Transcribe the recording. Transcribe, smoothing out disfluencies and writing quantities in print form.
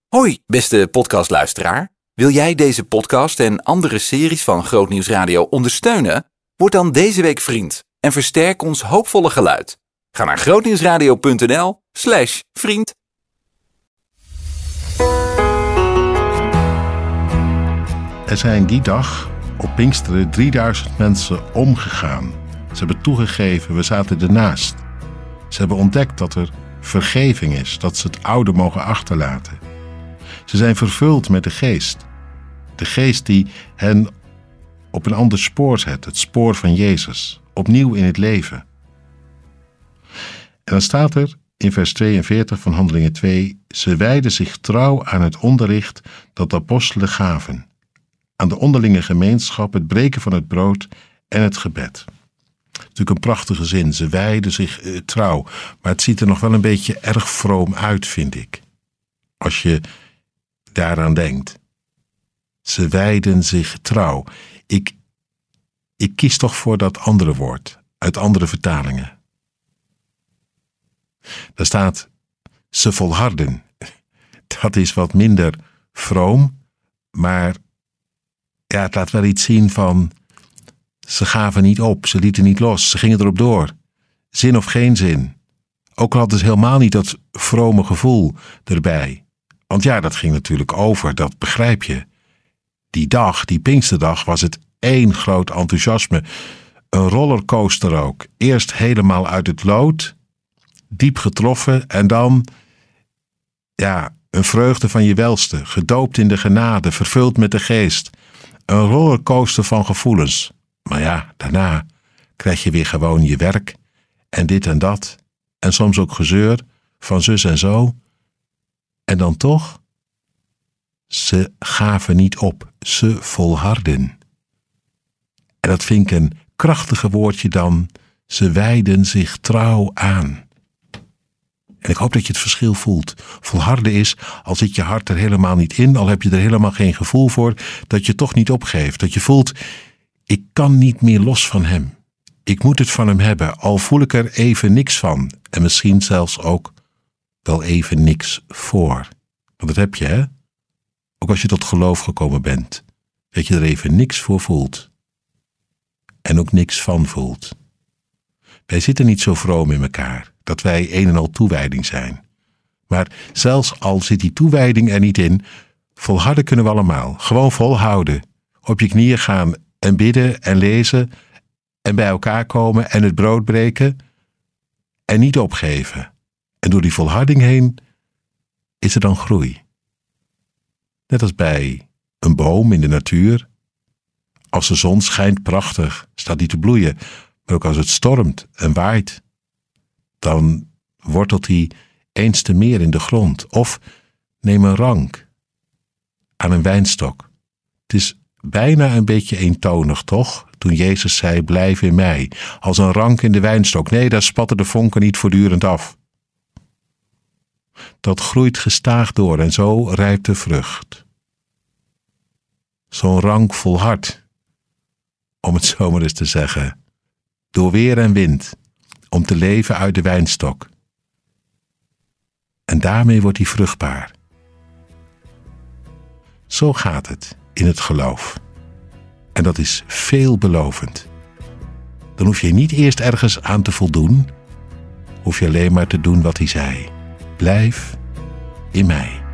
Hoi, beste podcastluisteraar. Wil jij deze podcast en andere series van Groot Nieuws Radio ondersteunen? Word dan deze week vriend en versterk ons hoopvolle geluid. Ga naar grootnieuwsradio.nl/vriend. Er zijn die dag op Pinksteren 3000 mensen omgegaan. Ze hebben toegegeven, we zaten ernaast. Ze hebben ontdekt dat er vergeving is, dat ze het oude mogen achterlaten. Ze zijn vervuld met de geest. De geest die hen op een ander spoor zet, het spoor van Jezus, opnieuw in het leven. En dan staat er in vers 42 van Handelingen 2, ze wijden zich trouw aan het onderricht dat de apostelen gaven, aan de onderlinge gemeenschap, het breken van het brood en het gebed. Natuurlijk een prachtige zin, ze wijden zich trouw, maar het ziet er nog wel een beetje erg vroom uit, vind ik. Als je daaraan denkt. Ze wijden zich trouw. Ik kies toch voor dat andere woord, uit andere vertalingen. Daar staat, ze volharden. Dat is wat minder vroom, maar ja, het laat wel iets zien van, ze gaven niet op, ze lieten niet los, ze gingen erop door. Zin of geen zin. Ook al hadden ze helemaal niet dat vrome gevoel erbij. Want ja, dat ging natuurlijk over, dat begrijp je. Die dag, die Pinksterdag, was het één groot enthousiasme. Een rollercoaster ook. Eerst helemaal uit het lood, diep getroffen en dan, ja, een vreugde van je welste, gedoopt in de genade, vervuld met de geest. Een rollercoaster van gevoelens. Maar ja, daarna krijg je weer gewoon je werk en dit en dat. En soms ook gezeur van zus en zo. En dan toch, ze gaven niet op, ze volharden. En dat vind ik een krachtige woordje dan, ze wijden zich trouw aan. En ik hoop dat je het verschil voelt. Volharden is, al zit je hart er helemaal niet in, al heb je er helemaal geen gevoel voor, dat je toch niet opgeeft. Dat je voelt, ik kan niet meer los van hem. Ik moet het van hem hebben, al voel ik er even niks van. En misschien zelfs ook wel even niks voor. Want dat heb je, hè? Ook als je tot geloof gekomen bent. Dat je er even niks voor voelt. En ook niks van voelt. Wij zitten niet zo vroom in elkaar, dat wij een en al toewijding zijn. Maar zelfs al zit die toewijding er niet in, volharden kunnen we allemaal. Gewoon volhouden. Op je knieën gaan en bidden en lezen en bij elkaar komen en het brood breken en niet opgeven. En door die volharding heen is er dan groei. Net als bij een boom in de natuur. Als de zon schijnt prachtig, staat die te bloeien. Maar ook als het stormt en waait, dan wortelt die eens te meer in de grond. Of neem een rank aan een wijnstok. Het is bijna een beetje eentonig, toch? Toen Jezus zei, blijf in mij. Als een rank in de wijnstok. Nee, daar spatten de vonken niet voortdurend af. Dat groeit gestaag door en zo rijpt de vrucht. Zo'n rank volhardt, om het zo maar eens te zeggen, door weer en wind, om te leven uit de wijnstok. En daarmee wordt hij vruchtbaar. Zo gaat het in het geloof. En dat is veelbelovend. Dan hoef je niet eerst ergens aan te voldoen, hoef je alleen maar te doen wat hij zei. Blijf in mij.